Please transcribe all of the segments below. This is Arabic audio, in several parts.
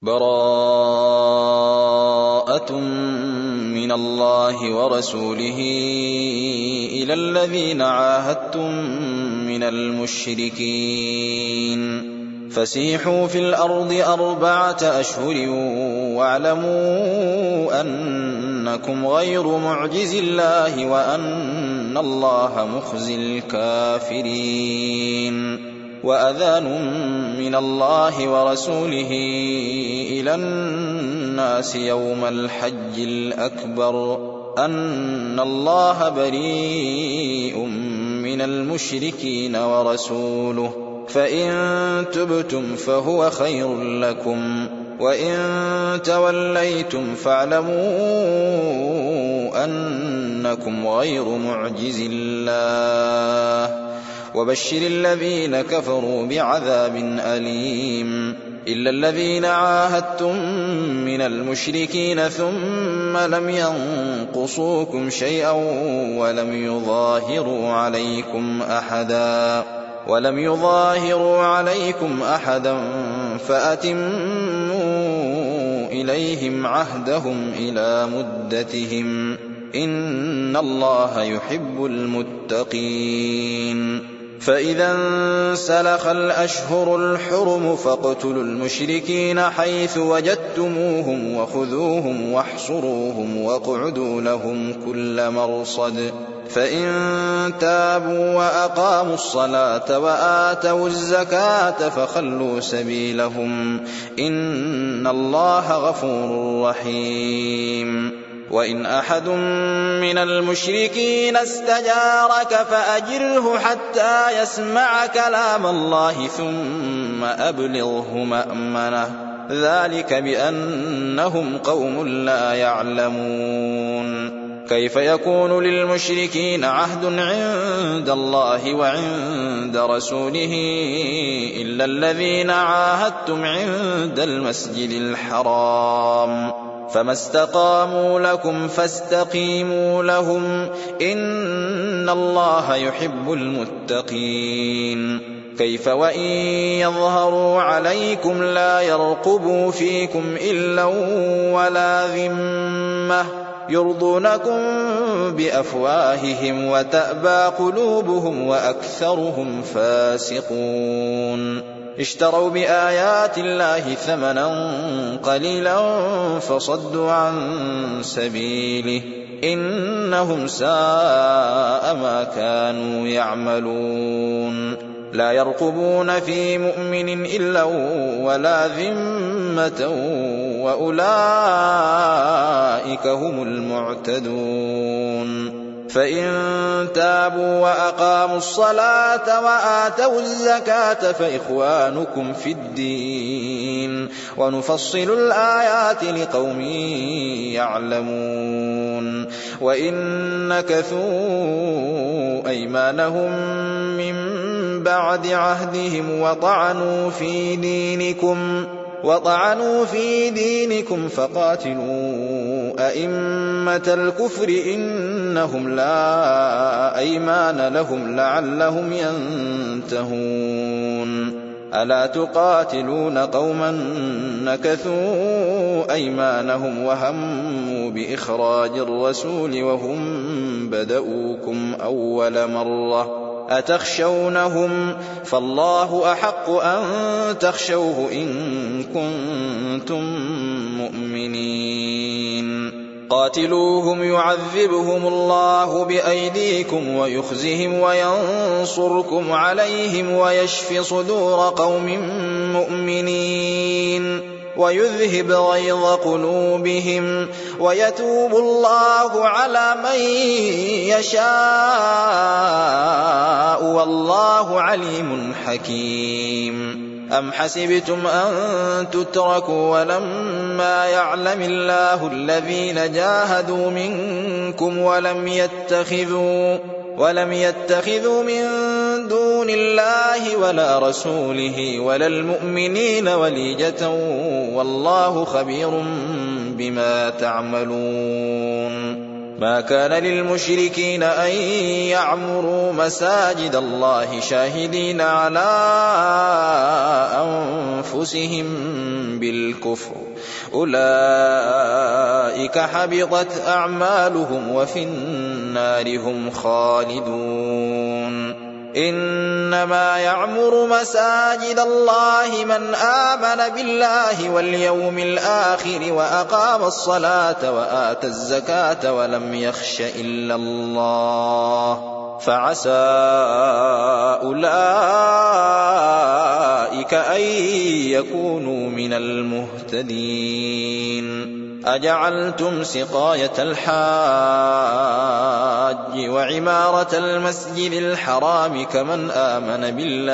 براءة من الله ورسوله إلى الذين عاهدتم من المشركين فسيحوا في الأرض 4 أشهر واعلموا أنكم غير معجز الله وأن الله مخزي الكافرين وأذان من الله ورسوله إلى الناس يوم الحج الأكبر أن الله بريء من المشركين ورسوله فإن تبتم فهو خير لكم وإن توليتم فاعلموا أنكم غير معجز الله وبشر الذين كفروا بعذاب أليم إلا الذين عاهدتم من المشركين ثم لم ينقصوكم شيئا ولم يظاهروا عليكم أحدا فأتموا إليهم عهدهم إلى مدتهم إن الله يحب المتقين فإذا انسلخ الأشهر الحرم فاقتلوا المشركين حيث وجدتموهم وخذوهم واحصروهم واقعدوا لهم كل مرصد فإن تابوا وأقاموا الصلاة وآتوا الزكاة فخلوا سبيلهم إن الله غفور رحيم وإن أحد من المشركين استجارك فأجره حتى يسمع كلام الله ثم أبلغه مأمنه ذلك بأنهم قوم لا يعلمون كيف يكون للمشركين عهد عند الله وعند رسوله إلا الذين عاهدتم عند المسجد الحرام فما استقاموا لكم فاستقيموا لهم إن الله يحب المتقين كيف وإن يظهروا عليكم لا يرقبوا فيكم إلا ولا ذمة يرضونكم بأفواههم وتأبى قلوبهم وأكثرهم فاسقون اشتروا بآيات الله ثمنا قليلا فصدوا عن سبيله إنهم ساء ما كانوا يعملون لا يرقبون في مؤمن إلا ولا ذمة وأولئك هم المعتدون فإن تابوا وأقاموا الصلاة وآتوا الزكاة فإخوانكم في الدين ونفصل الآيات لقوم يعلمون وإن نكثوا أيمانهم من بعد عهدهم وطعنوا في دينكم فقاتلوا أئمة الكفر إنهم لا أيمان لهم لعلهم ينتهون ألا تقاتلون قوما نكثوا أيمانهم وهموا بإخراج الرسول وهم بدؤوكم أول مرة أتخشونهم فالله أحق أن تخشوه إن كنتم مؤمنين قاتلوهم يعذبهم الله بأيديكم ويخزهم وينصركم عليهم ويشف صدور قوم مؤمنين ويذهب غيظ قلوبهم ويتوب الله على من يشاء والله عليم حكيم أم حسبتم أن تتركوا ولما يعلم الله الذين جاهدوا منكم ولم يتخذوا من دون الله ولا رسوله ولا المؤمنين وليجة والله خبير بما تعملون ما كان للمشركين أن يعمروا مساجد الله شاهدين على أنفسهم بالكفر أولئك حبطت أعمالهم وفي النار هم خالدون إنما يعمر مساجد الله من آمن بالله واليوم الآخر وأقام الصلاة وآتى الزكاة ولم يخش إلا الله فعسى أولئك أن يكونوا من المهتدين أجعلتم سقاية الحاج وعمارة المسجد الحرام كمن آمن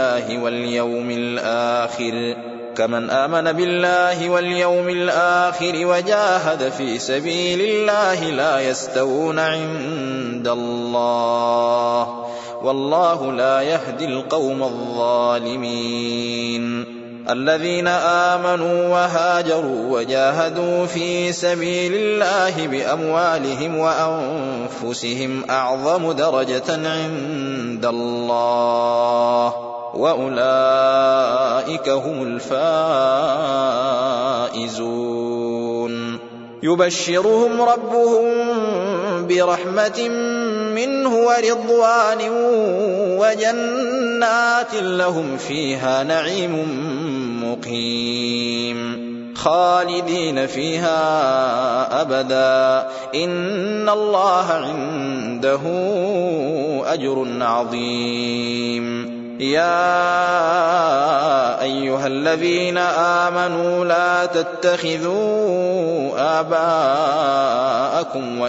بالله واليوم الآخر وجاهد في سبيل الله لا يستوون عند الله والله لا يهدي القوم الظالمين الذين آمنوا وهاجروا وجاهدوا في سبيل الله بأموالهم وأنفسهم أعظم درجة عند الله وأولئك هم الفائزون يبشرهم ربهم برحمة منه ورضوان وجنات لهم فيها نعيم مقيم خالدين فيها أبدا إن الله عنده أجر عظيم يا أيها الذين آمنوا لا تتخذوا آباءكم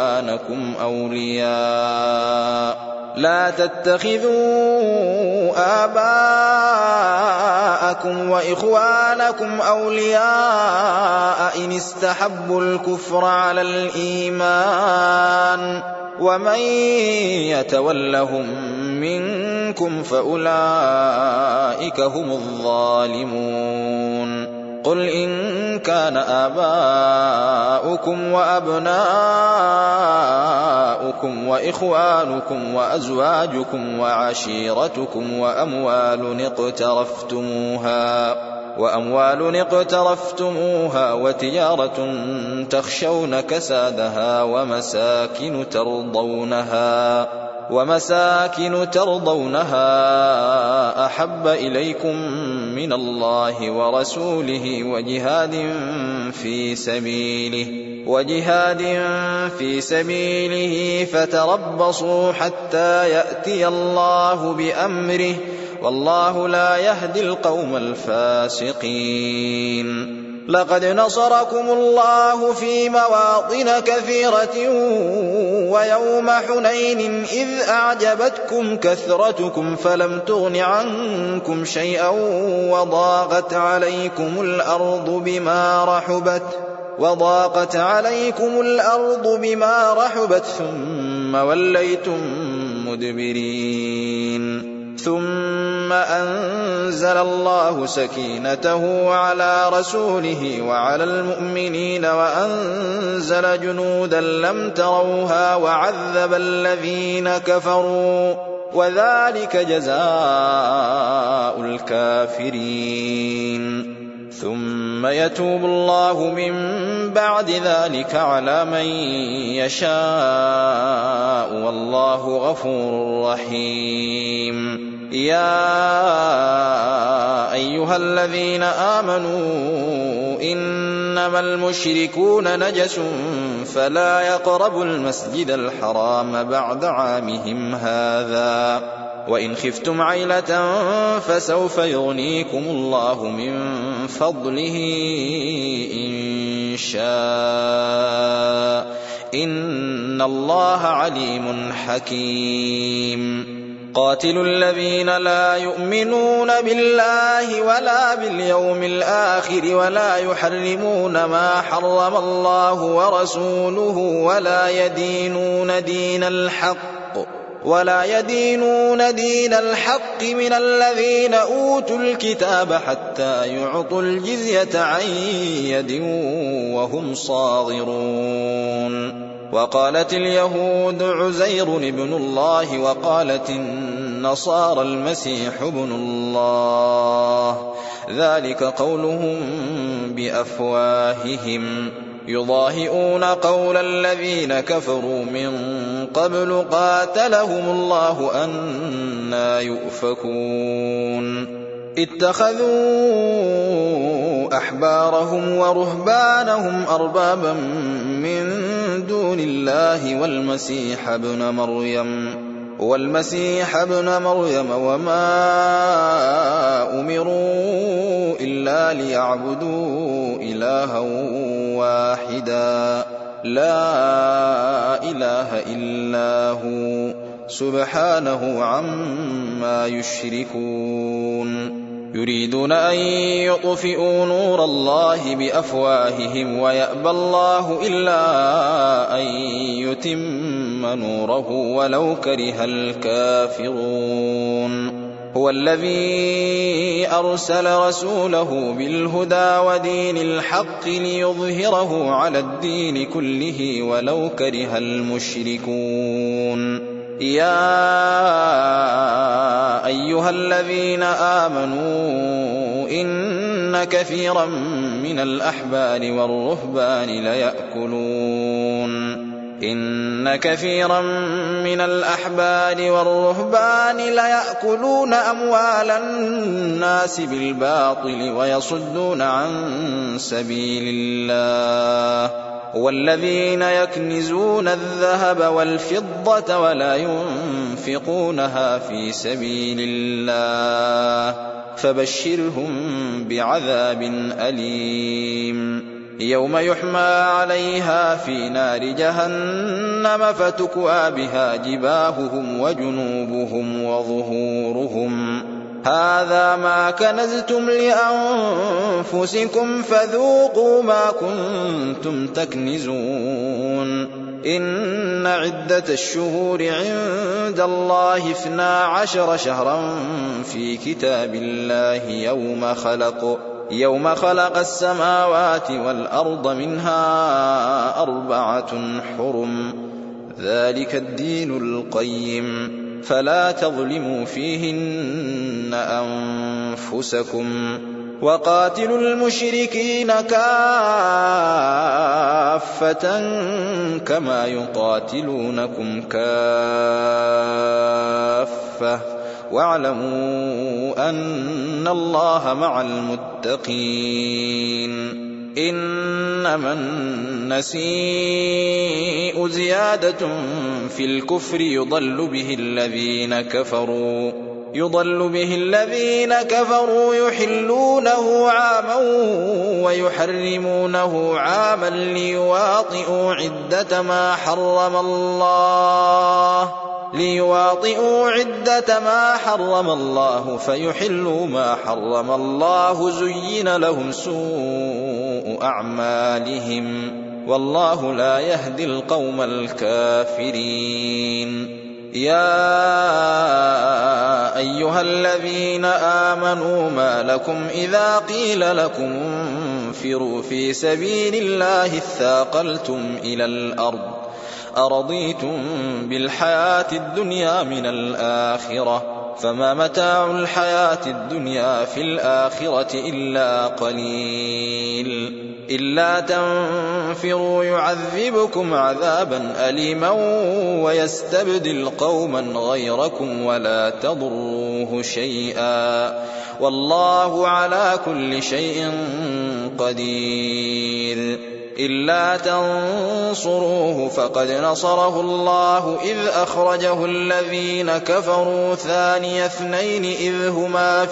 وإخوانكم أولياء إن استحبوا الكفر على الإيمان ومن يتولهم منكم فأولئك هم الظالمون قل إن كان آباؤكم وأبناؤكم وإخوانكم وأزواجكم وعشيرتكم وأموال اقترفتموها وتجارة تخشون كسادها ومساكن ترضونها أحب إليكم من الله ورسوله وجهاد في سبيله فتربصوا حتى يأتي الله بأمره والله لا يهدي القوم الفاسقين لقد نصركم الله في مواطن كثيرة ويوم حنين إذ أعجبتكم كثرتكم فلم تغن عنكم شيئا وضاقت عليكم الأرض بما رحبت ثم وليتم مدبرين ثم أنزل الله سكينته على رسوله وعلى المؤمنين وأنزل جنودا لم تروها وعذب الذين كفروا وذلك جزاء الكافرين ثم يتوب الله من بعد ذلك على من يشاء والله غفور رحيم يا أيها الذين آمنوا إنما المشركون نجس فلا يقربوا المسجد الحرام بعد عامهم هذا وإن خفتم عيلة فسوف يغنيكم الله من فضله إن شاء إن الله عليم حكيم قاتلوا الذين لا يؤمنون بالله ولا باليوم الآخر ولا يحرمون ما حرم الله ورسوله ولا يدينون دين الحق من الذين أوتوا الكتاب حتى يعطوا الجزية عن يد وهم صاغرون وقالت اليهود عزير ابن الله وقالت النصارى المسيح ابن الله، ذلك قولهم بأفواههم يضاهئون قول الذين كفروا من قبل قاتلهم الله أنى يؤفكون. اتخذوا أحبارهم ورهبانهم أربابا من دون الله والمسيح ابن مريم وما أمروا إلا ليعبدوا إلها واحدا لا إله إلا هو سبحانه عما يشركون. يريدون أن يطفئوا نور الله بأفواههم ويأبى الله إلا أن يتم نوره ولو كره الكافرون. هو الذي أرسل رسوله بالهدى ودين الحق ليظهره على الدين كله ولو كره المشركون. يا أيها الذين آمنوا إن كثيرا من الأحبار والرهبان ليأكلون أموال الناس بالباطل ويصدون عن سبيل الله، والذين يكنزون الذهب والفضة ولا ينفقونها في سبيل الله فبشرهم بعذاب أليم. يوم يحمى عليها في نار جهنم فتكوى بها جباههم وجنوبهم وظهورهم هذا ما كنزتم لأنفسكم فذوقوا ما كنتم تكنزون. إن عدة الشهور عند الله 12 شهرا في كتاب الله يوم خلق السماوات والأرض منها 4 حرم ذلك الدين القيم فلا تظلموا فيهن أنفسكم وقاتلوا المشركين كافة كما يقاتلونكم كافة واعلموا أن الله مع المتقين. إنما النسيء زيادة في الكفر يضل به الذين كفروا يحلونه عاما ويحرمونه عاما ليواطئوا عدة ما حرم الله فيحلوا ما حرم الله زين لهم سوء أعمالهم والله لا يهدي القوم الكافرين. يا أيها الذين آمنوا ما لكم إذا قيل لكم انفروا في سبيل الله اثاقلتم إلى الأرض أرضيتم بالحياة الدنيا من الآخرة فما متاع الحياة الدنيا في الآخرة إلا قليل. إلا تنفروا يعذبكم عذابا أليما ويستبدل قوما غيركم ولا تضروه شيئا والله على كل شيء قدير. إلا تنصروه فقد نصره الله إذ أخرجه الذين كفروا ثاني اثنين إذ هما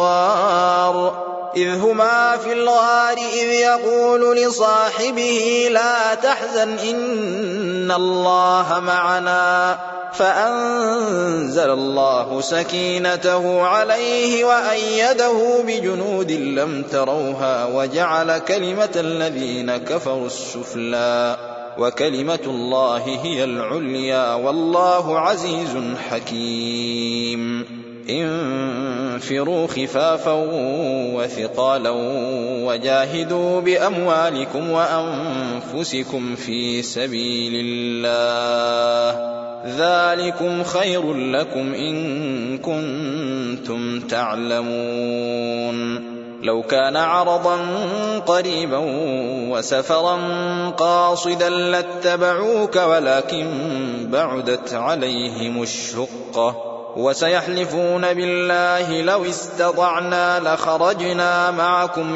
في الغار إذ يقول لصاحبه لا تحزن إن الله معنا فأنزل الله سكينته عليه وأيده بجنود لم تروها وجعل كلمة الذين كفروا السفلى وكلمة الله هي العليا والله عزيز حكيم. انفروا خفافا وثقالا وجاهدوا بأموالكم وأنفسكم في سبيل الله ذلكم خير لكم إن كنتم تعلمون لو كان عرضا قريبا وسفرا قاصدا لاتبعوك ولكن بعدت عليهم الشقة وسيحلفون بالله لو استطعنا لخرجنا معكم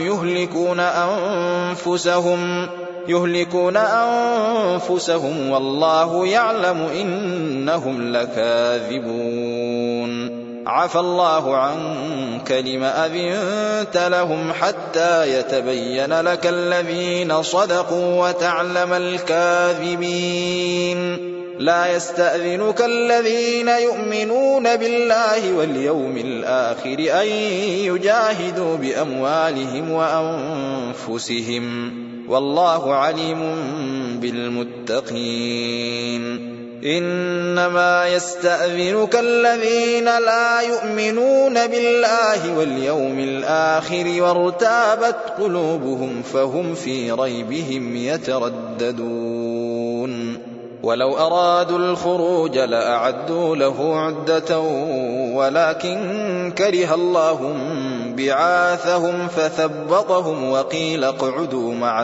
يهلكون أنفسهم والله يعلم إنهم لكاذبون عفى الله عنك لم أذنت لهم حتى يتبين لك الذين صدقوا وتعلم الكاذبين لا يستأذنك الذين يؤمنون بالله واليوم الآخر أن يجاهدوا بأموالهم وأنفسهم والله عليم بالمتقين إنما يستأذنك الذين لا يؤمنون بالله واليوم الآخر وارتابت قلوبهم فهم في ريبهم يترددون ولو أرادوا الخروج لأعدوا له عدة ولكن كره الله بعاثهم فثبطهم وقيل اقعدوا مع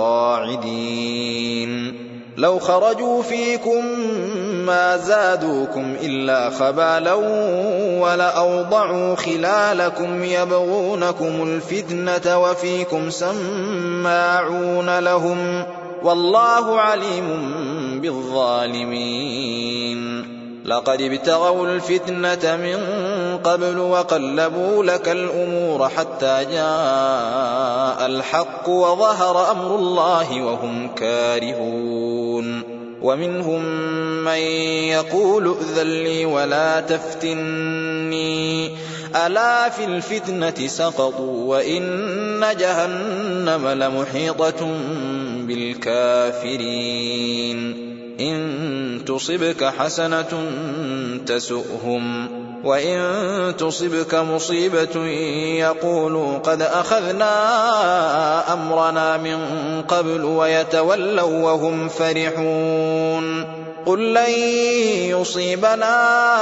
القاعدين لو خرجوا فيكم ما زادوكم إلا خبالا ولأوضعوا خلالكم يبغونكم الفتنة وفيكم سماعون لهم والله عليم بالظالمين لقد ابتغوا الفتنة من قبل وقلبوا لك الأمور حتى جاء الحق وظهر أمر الله وهم كارهون ومنهم من يقول ائذن لي ولا تفتني ألا في الفتنة سقطوا وإن جهنم لمحيطة بالكافرين إن تصبك حسنة تسؤهم وإن تصبك مصيبة يقولوا قد أخذنا أمرنا من قبل ويتولوا وهم فرحون قل لن يصيبنا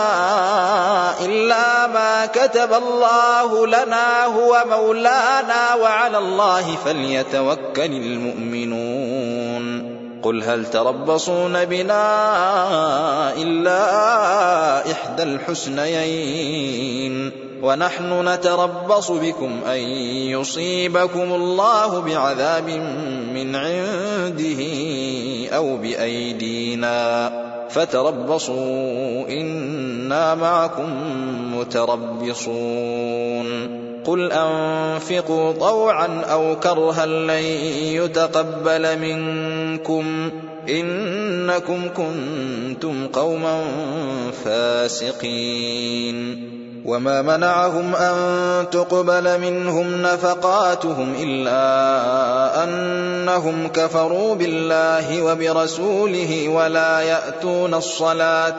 إلا ما كتب الله لنا هو مولانا وعلى الله فليتوكل المؤمنون قل هل تربصون بنا إلا إحدى الحسنيين ونحن نتربص بكم أن يصيبكم الله بعذاب من عنده أو بأيدينا فتربصوا إنا معكم متربصون قل أنفقوا طوعا أو كرها لن يتقبل منكم إنكم كنتم قوما فاسقين وما منعهم أن تقبل منهم نفقاتهم إلا أنهم كفروا بالله وبرسوله ولا يأتون الصلاة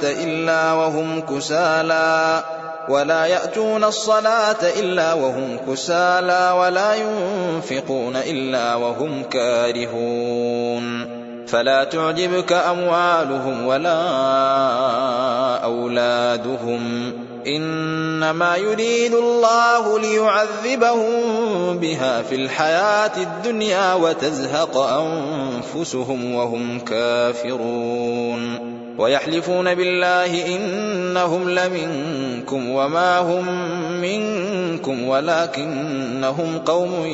إلا وهم كسالى ولا ينفقون إلا وهم كارهون فلا تعجبك أموالهم ولا أولادهم إنما يريد الله ليعذبهم بها في الحياة الدنيا وتزهق أنفسهم وهم كافرون ويحلفون بالله إنهم لمنكم وما هم منكم ولكنهم قوم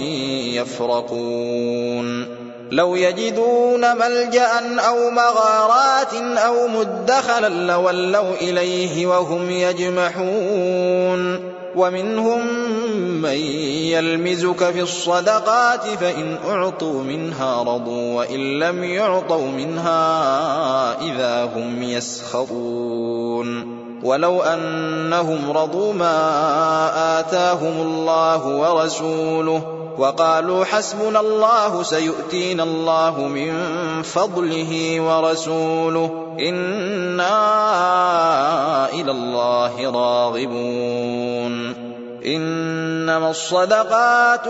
يفرقون لو يجدون ملجأ أو مغارات أو مدخلا لولوا إليه وهم يجمحون ومنهم من يلمزك في الصدقات فإن أعطوا منها رضوا وإن لم يعطوا منها إذا هم يسخطون ولو أنهم رضوا ما آتاهم الله ورسوله وقالوا حسبنا الله سيؤتينا الله من فضله ورسوله إنا إلى الله راغبون إنما الصدقات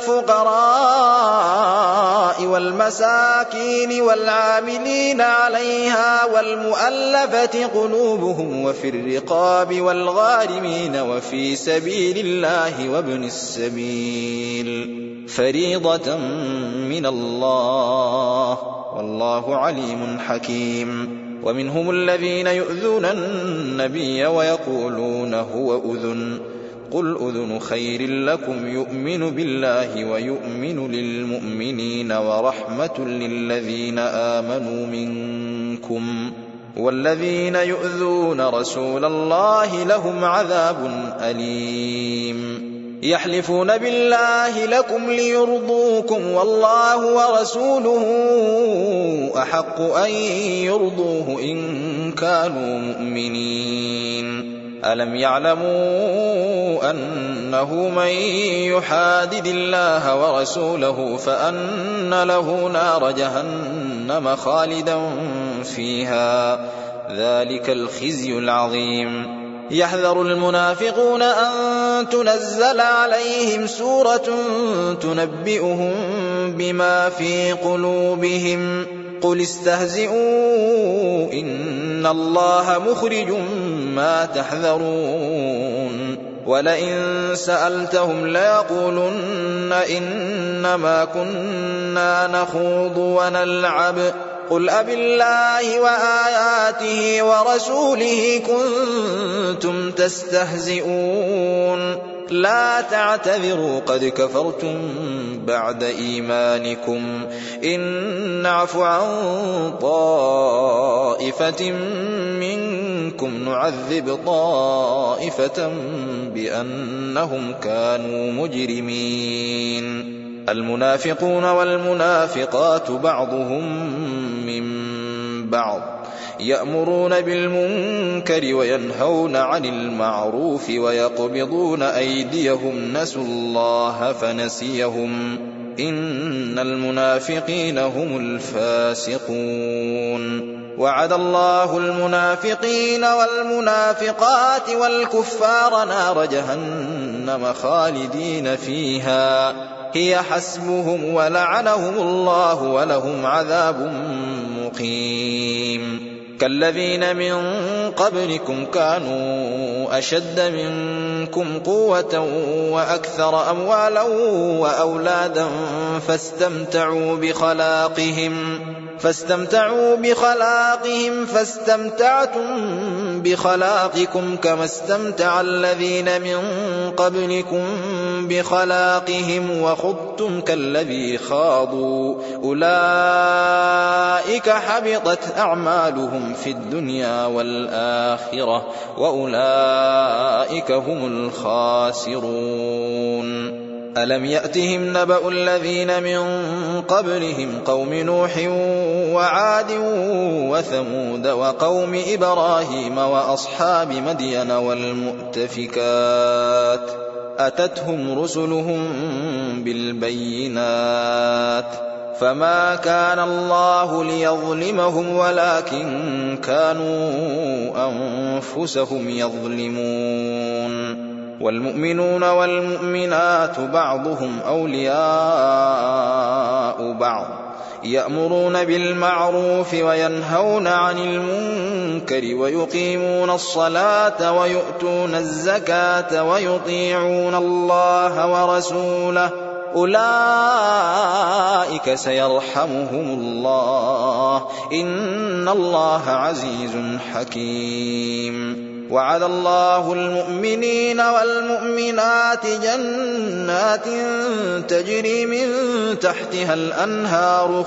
للفقراء والمساكين والعاملين عليها والمؤلفة قلوبهم وفي الرقاب والغارمين وفي سبيل الله وابن السبيل فريضة من الله والله عليم حكيم. ومنهم الذين يؤذون النبي ويقولون هو أذن قل أذن خير لكم يؤمن بالله ويؤمن للمؤمنين ورحمة للذين آمنوا منكم والذين يؤذون رسول الله لهم عذاب أليم. يحلفون بالله لكم ليرضوكم والله ورسوله أحق أن يرضوه إن كانوا مؤمنين. ألم يعلموا أنه من يحادد الله ورسوله فأن له نار جهنم خالدا فيها ذلك الخزي العظيم. يحذر المنافقون أن تنزل عليهم سورة تنبئهم بما في قلوبهم قل استهزئوا إن الله مخرج ما تحذرون ولئن سألتهم ليقولن إنما كنا نخوض ونلعب قل أبالله وآياته ورسوله كنتم تستهزئون لا تعتذروا قد كفرتم بعد إيمانكم إن نعف عن طائفة منكم نعذب طائفة بأنهم كانوا مجرمين. المنافقون والمنافقات بعضهم من بعض يأمرون بالمنكر وينهون عن المعروف ويقبضون أيديهم نسوا الله فنسيهم إن المنافقين هم الفاسقون. وعد الله المنافقين والمنافقات والكفار نار جهنم خالدين فيها هي حسبهم ولعنهم الله ولهم عذاب مقيم. كالذين من قبلكم كانوا أشد منكم قوة وأكثر أموالا وأولادا فاستمتعوا بخلاقهم فاستمتعتم بخلاقكم كما استمتع الذين من قبلكم بخلاقهم وخضتم كالذي خاضوا أولئك حبطت أعمالهم في الدنيا والآخرة وأولئك هم الخاسرون. ألم يأتهم نبأ الذين من قبلهم قوم نوح وعاد وثمود وقوم إبراهيم وأصحاب مدين والمؤتفكات أتتهم رسلهم بالبينات فما كان الله ليظلمهم ولكن كانوا أنفسهم يظلمون. والمؤمنون والمؤمنات بعضهم أولياء بعض يأمرون بالمعروف وينهون عن المنكر ويقيمون الصلاة ويؤتون الزكاة ويطيعون الله ورسوله أولئك سيرحمهم الله إن الله عزيز حكيم. وعد الله المؤمنين والمؤمنات جنات تجري من تحتها الأنهار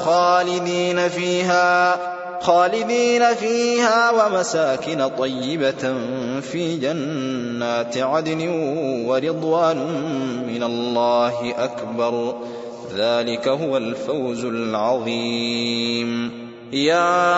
خالدين فيها ومساكن طيبة في جنات عدن ورضوان من الله أكبر ذلك هو الفوز العظيم. يا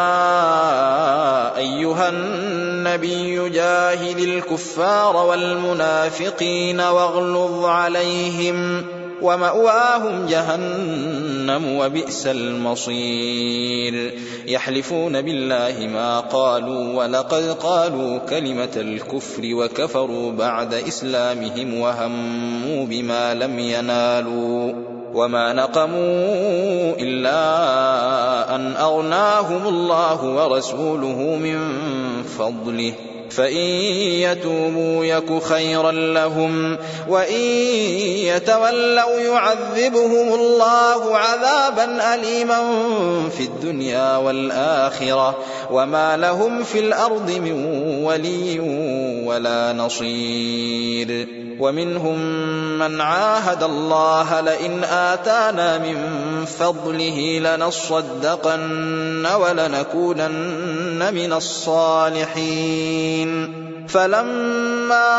أيها النبي جاهد الكفار والمنافقين واغلظ عليهم ومأواهم جهنم وبئس المصير يحلفون بالله ما قالوا ولقد قالوا كلمة الكفر وكفروا بعد إسلامهم وهموا بما لم ينالوا وما نقموا إلا أن أغناهم الله ورسوله من فضله فإن يتوبوا يك خيرا لهم وإن يتولوا يعذبهم الله عذابا أليما في الدنيا والآخرة وما لهم في الأرض من ولي ولا نصير ومنهم من عاهد الله لئن آتانا من فضله لنصدقن ولنكونن من الصالحين فلما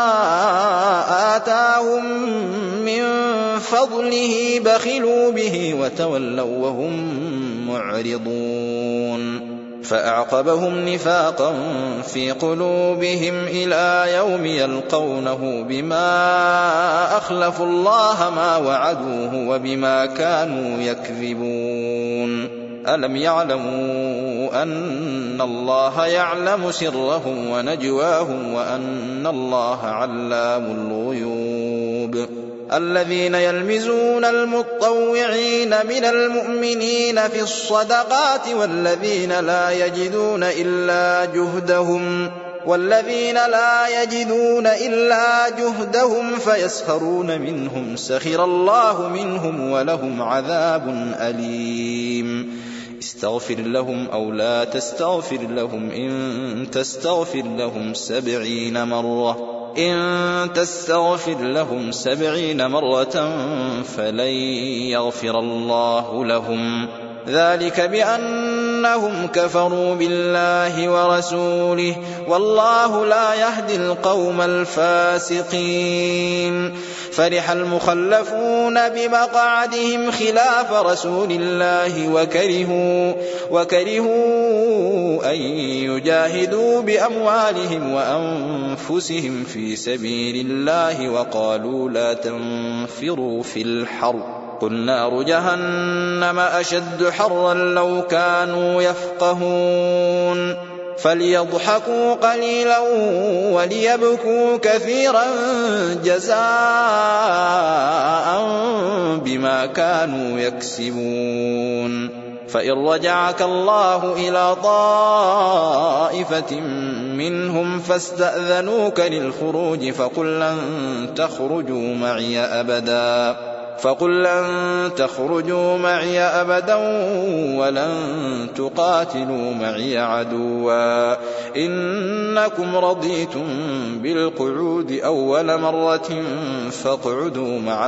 آتاهم من فضله بخلوا به وتولوا وهم معرضون فأعقبهم نفاقا في قلوبهم إلى يوم يلقونه بما أخلفوا الله ما وعدوه وبما كانوا يكذبون ألم يعلموا أن الله يعلم سرهم ونجواهم وأن الله علام الغيوب الذين يلمزون المطوعين من المؤمنين في الصدقات والذين لا يجدون إلا جهدهم فيسخرون منهم سخر الله منهم ولهم عذاب أليم استغفر لهم أو لا تستغفر لهم إن تستغفر لهم 70 مرة فلن يغفر الله لهم ذلك بأنهم كفروا بالله ورسوله والله لا يهدي القوم الفاسقين فرح المخلفون بمقعدهم خلاف رسول الله وكرهوا أن يجاهدوا بأموالهم وأنفسهم في سبيل الله وقالوا لا تنفروا في الحر قل نار جهنم أشد حرا لو كانوا يفقهون فليضحكوا قليلا وليبكوا كثيرا جزاء بما كانوا يكسبون فإن رجعك الله إلى طائفة منهم فاستأذنوك للخروج فقل لن تخرجوا معي أبدا ولن تقاتلوا معي عدوا إنكم رضيتم بالقعود أول مرة فاقعدوا مع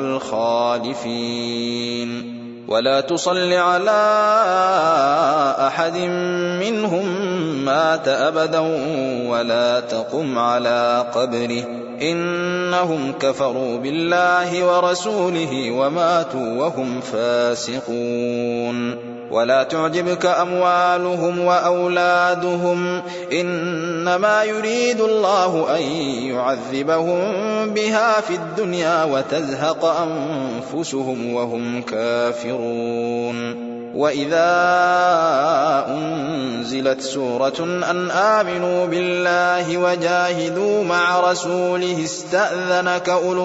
الخالفين ولا تصل على أحد منهم مات أبدا ولا تقم على قبره إنهم كفروا بالله ورسوله وماتوا وهم فاسقون ولا تعجبك أموالهم وأولادهم إنما يريد الله أن يعذبهم بها في الدنيا وتزهق أنفسهم وهم كافرون وإذا أنزلت سورة أن آمنوا بالله وجاهدوا مع رسوله استأذنك أولو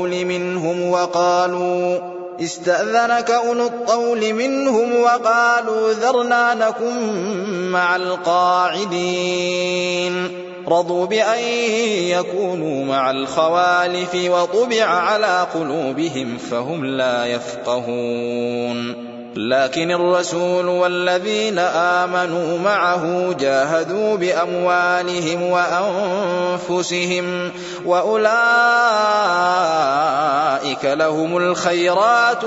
الطول منهم وقالوا ذرنا نكن مع القاعدين رضوا بأن يكونوا مع الخوالف وطبع على قلوبهم فهم لا يفقهون لكن الرسول والذين آمنوا معه جاهدوا بأموالهم وأنفسهم وأولئك لهم الخيرات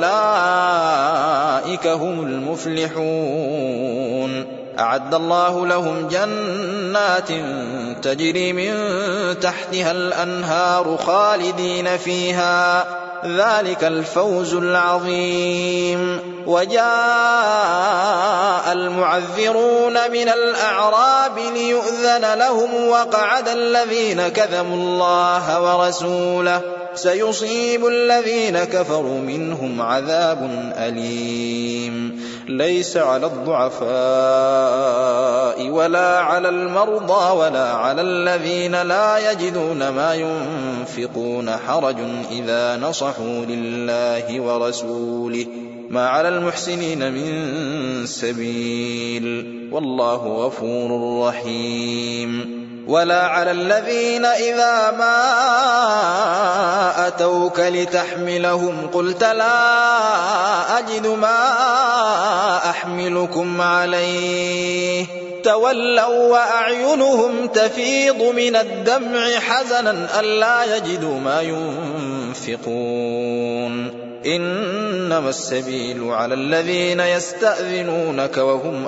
وأولئك هم المفلحون أعد الله لهم جنات تجري من تحتها الأنهار خالدين فيها ذلك الفوز العظيم وجاء المعذرون من الأعراب ليؤذن لهم وقعد الذين كذبوا الله ورسوله سيصيب الذين كفروا منهم عذاب أليم ليس على الضعفاء ولا على المرضى ولا على الذين لا يجدون ما ينفقون حرج إذا نصحوا لله ورسوله ما على المحسنين من سبيل والله غفور رحيم ولا على الذين إذا ما أتوك لتحملهم قلت لا أجد ما أحملكم عليه تولوا وأعينهم تفيض من الدمع حزنا ألا يجدوا ما ينفقون إنما السبيل على الذين يستأذنونك وهم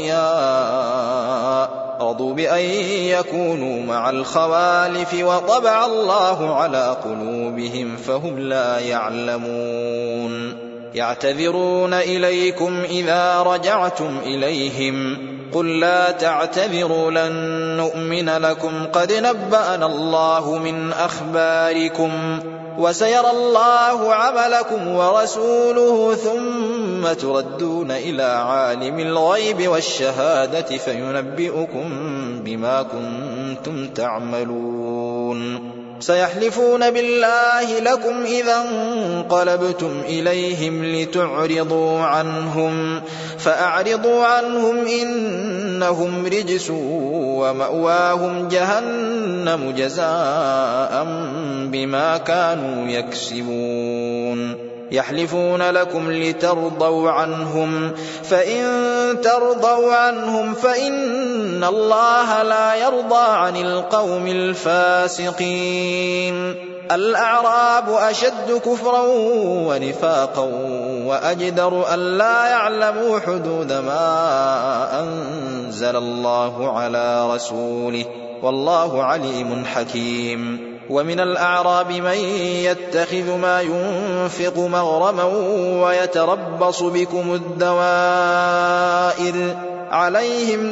أغنياء رضوا بأن يكونوا مع الخوالف وطبع الله على قلوبهم فهم لا يعلمون يعتذرون إليكم إذا رجعتم إليهم قل لا تعتذروا لن نؤمن لكم قد نبأنا الله من أخباركم وسيرى الله عملكم ورسوله ثم تردون إلى عالم الغيب والشهادة فينبئكم بما كنتم تعملون سيحلفون بالله لكم إذا انقلبتم إليهم لتعرضوا عنهم فأعرضوا عنهم إنهم رجس ومأواهم جهنم جزاء بما كانوا يكسبون يحلفون لكم لترضوا عنهم فإن ترضوا عنهم فإن الله لا يرضى عن القوم الفاسقين الأعراب أشد كفرا ونفاقا وأجدر ألا يعلموا حدود ما أنزل الله على رسوله والله عليم حكيم ومن الأعراب من يتخذ ما ينفق مغرما ويتربص بكم الدوائر عليهم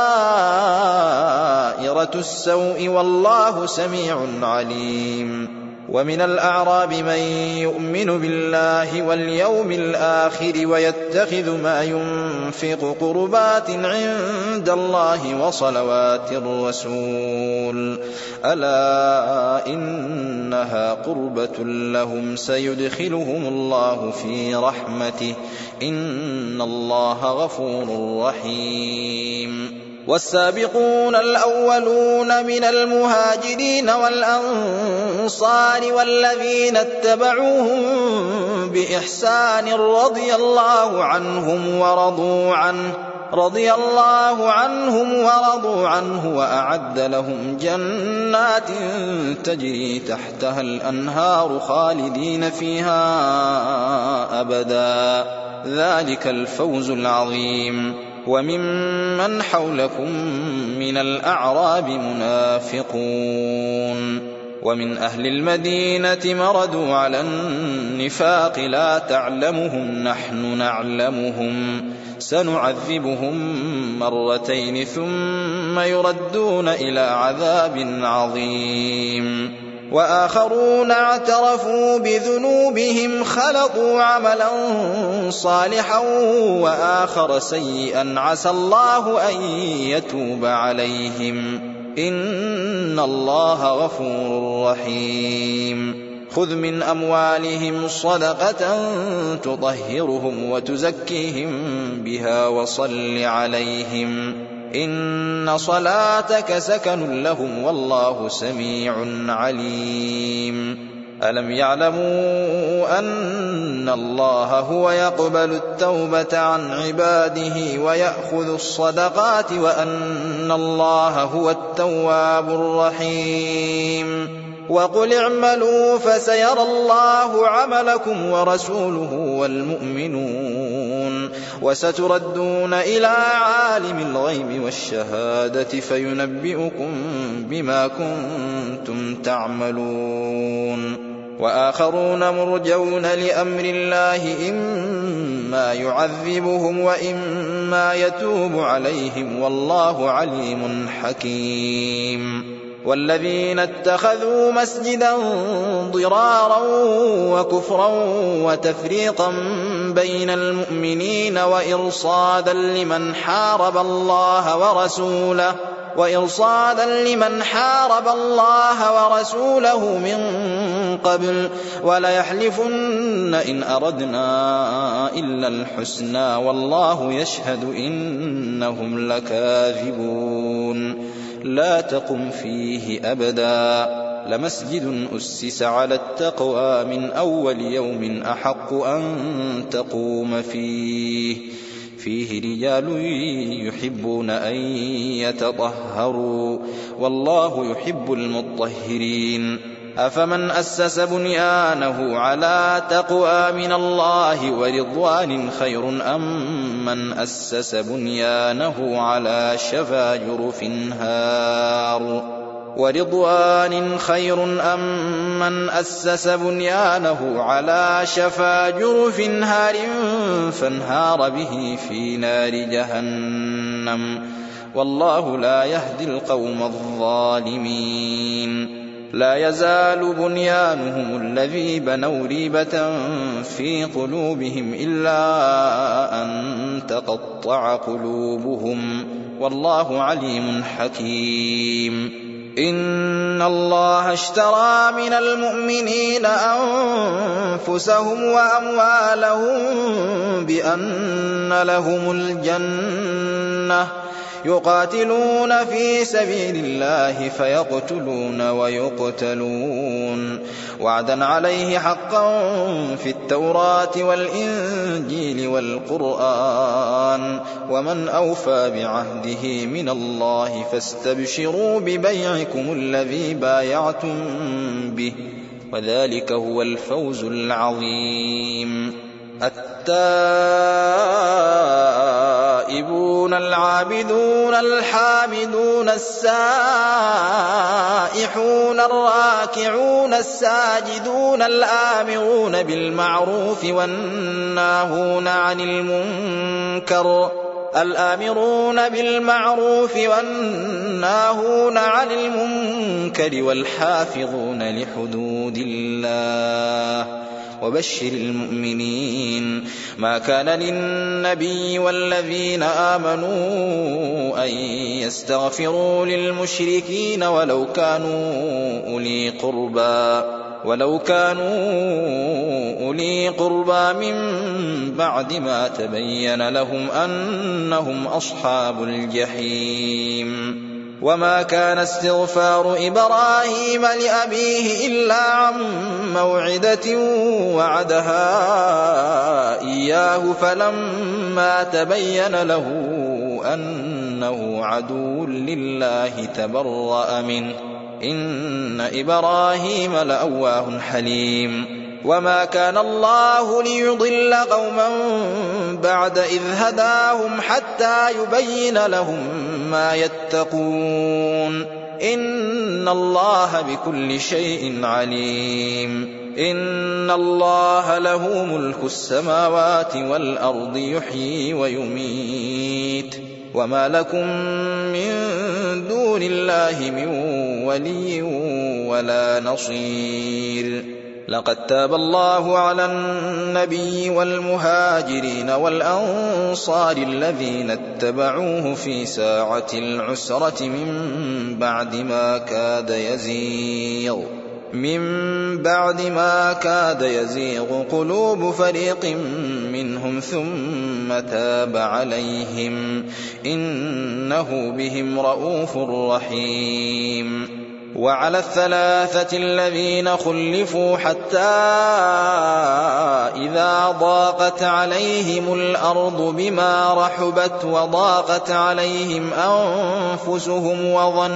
دائرة السوء والله سميع عليم ومن الأعراب من يؤمن بالله واليوم الآخر ويتخذ ما ينفق قربات عند الله وصلوات الرسول ألا إنها قربة لهم سيدخلهم الله في رحمته إن الله غفور رحيم والسابقون الأولون من المهاجرين والأنصار والذين اتبعوهم بإحسان رضي الله عنهم ورضوا عنه وأعد لهم جنات تجري تحتها الأنهار خالدين فيها أبدا ذلك الفوز العظيم وممن حولكم من الأعراب منافقون ومن أهل المدينة مردوا على النفاق لا تعلمهم نحن نعلمهم سنعذبهم مرتين ثم يردون إلى عذاب عظيم وآخرون اعترفوا بذنوبهم خلطوا عملا صالحا وآخر سيئا عسى الله أن يتوب عليهم إن الله غفور رحيم خذ من أموالهم صدقة تطهرهم وتزكيهم بها وصل عليهم إن صلاتك سكن لهم والله سميع عليم ألم يعلموا أن الله هو يقبل التوبة عن عباده ويأخذ الصدقات وأن الله هو التواب الرحيم وقل اعملوا فسيرى الله عملكم ورسوله والمؤمنون وستردون إلى عالم الغيب والشهادة فينبئكم بما كنتم تعملون وآخرون مرجون لأمر الله إما يعذبهم وإما يتوب عليهم والله عليم حكيم والذين اتخذوا مسجدا ضرارا وكفرا وتفريقا بين المؤمنين وإرصادا لمن حارب الله ورسوله من قبل وليحلفن إن أردنا إلا الحسنى والله يشهد إنهم لكاذبون لا تقم فيه أبدا لمسجد أسس على التقوى من أول يوم أحق أن تقوم فيه رجال يحبون أن يتطهروا والله يحب المطهرين أفمن أسس بنيانه على تقوى من الله ورضوان خير أم من أسس بنيانه على شفا جرف هار فانهار به في نار جهنم والله لا يهدي القوم الظالمين لا يزال بنيانهم الذي بنوا ريبة في قلوبهم إلا أن تقطع قلوبهم والله عليم حكيم إن الله اشترى من المؤمنين أنفسهم وأموالهم بأن لهم الجنة يقاتلون في سبيل الله فيقتلون ويقتلون وعدا عليه حقا في التوراة والإنجيل والقرآن ومن أوفى بعهده من الله فاستبشروا ببيعكم الذي بايعتم به وذلك هو الفوز العظيم التائبون العابدون الحامدون السائحون الراكعون الساجدون الآمرون بالمعروف والناهون عن المنكر والحافظون لحدود الله وبشر المؤمنين ما كان للنبي والذين آمنوا أن يستغفروا للمشركين ولو كانوا أولي قربى من بعد ما تبين لهم أنهم أصحاب الجحيم وما كان استغفار إبراهيم لأبيه إلا عن موعدة وعدها إياه فلما تبين له أنه عدو لله تبرأ منه إن إبراهيم لأواه حليم وما كان الله ليضل قوما بعد إذ هداهم حتى يبين لهم ما يتقون إن الله بكل شيء عليم إن الله له ملك السماوات والأرض يحيي ويميت وما لكم من دون الله من ولي ولا نصير لقد تاب الله على النبي والمهاجرين والأنصار الذين اتبعوه في ساعة العسرة من بعد ما كاد يزيغ قلوب فريق منهم ثم تاب عليهم إنه بهم رءوف رحيم وعلى الثلاثة الذين خلفوا حتى إذا ضاقت عليهم الأرض بما رحبت وضاقت عليهم أنفسهم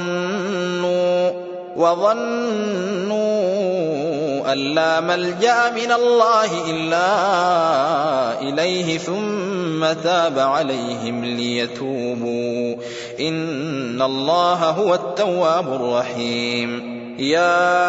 وظنوا أن لا ملجأ من الله إلا إليه ثم تاب عليهم ليتوبوا إن الله هو التواب الرحيم يا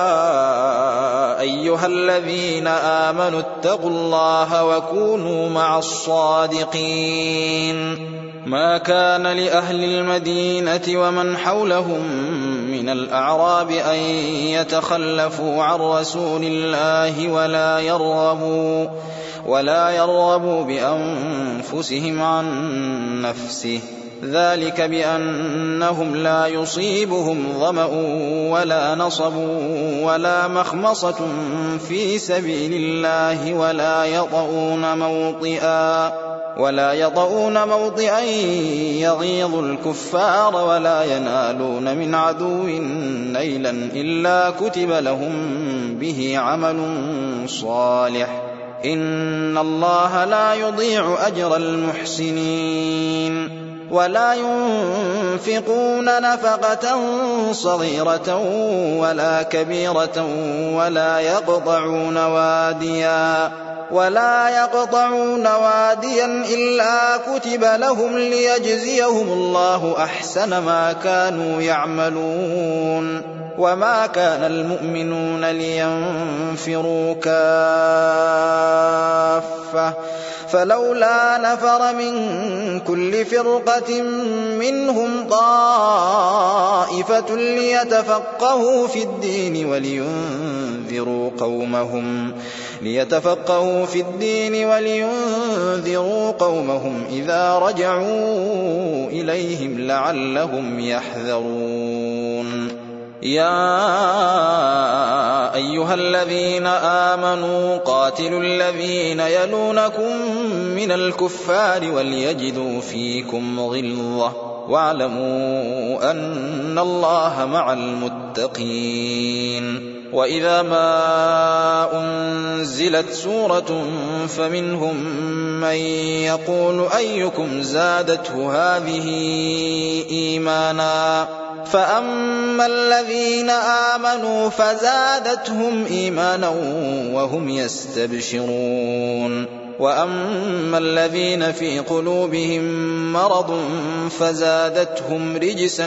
أيها الذين آمنوا اتقوا الله وكونوا مع الصادقين ما كان لأهل المدينة ومن حولهم من الأعراب أن يتخلفوا عن رسول الله ولا يرغبوا بأنفسهم عن نفسه ذلك بأنهم لا يصيبهم ظمأ ولا نصب ولا مخمصة في سبيل الله ولا يطؤون موطئا يغيظ الكفار ولا ينالون من عدو نيلا إلا كتب لهم به عمل صالح إن الله لا يضيع أجر المحسنين ولا ينفقون نفقة صغيرة ولا كبيرة ولا يقطعون واديا إلا كتب لهم ليجزيهم الله أحسن ما كانوا يعملون وما كان المؤمنون لينفروا كافة فلولا نفر من كل فرقة منهم طائفة ليتفقهوا في الدين ولينذروا قومهم إذا رجعوا إليهم لعلهم يحذرون يا أيها الذين آمنوا قاتلوا الذين يلونكم من الكفار وليجدوا فيكم غلظة واعلموا أن الله مع المتقين وإذا ما أنزلت سورة فمنهم من يقول أيكم زادته هذه إيمانا فأما الذين آمنوا فزادتهم إيمانا وهم يستبشرون وأما الذين في قلوبهم مرض فزادتهم رجسا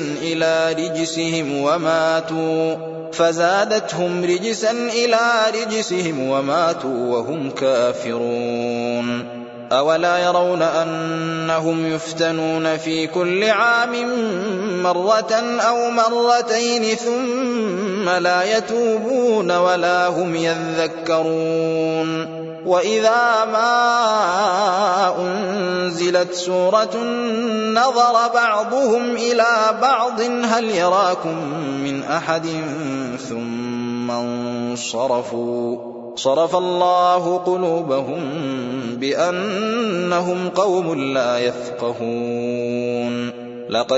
إلى رجسهم وماتوا وهم كافرون أولا يرون أنهم يفتنون في كل عام مرة أو مرتين ثم لا يتوبون ولا هم يذكرون وإذا ما أنزلت سورة نظر بعضهم إلى بعض هل يراكم من أحد ثم انصرفوا صرف الله قلوبهم بأنهم قوم لا يفقهون لقد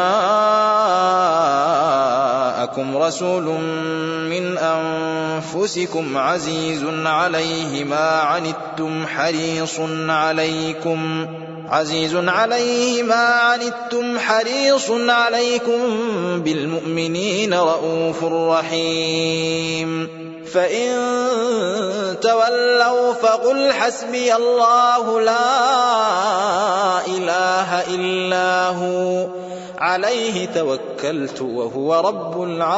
جاءكم رسول من أنفسكم عزيز عليه ما عنتم حريص عليكم بالمؤمنين رءوف رحيم فإن تولوا فقل حسبي الله لا إله إلا هو عليه توكلت وهو رب العالمين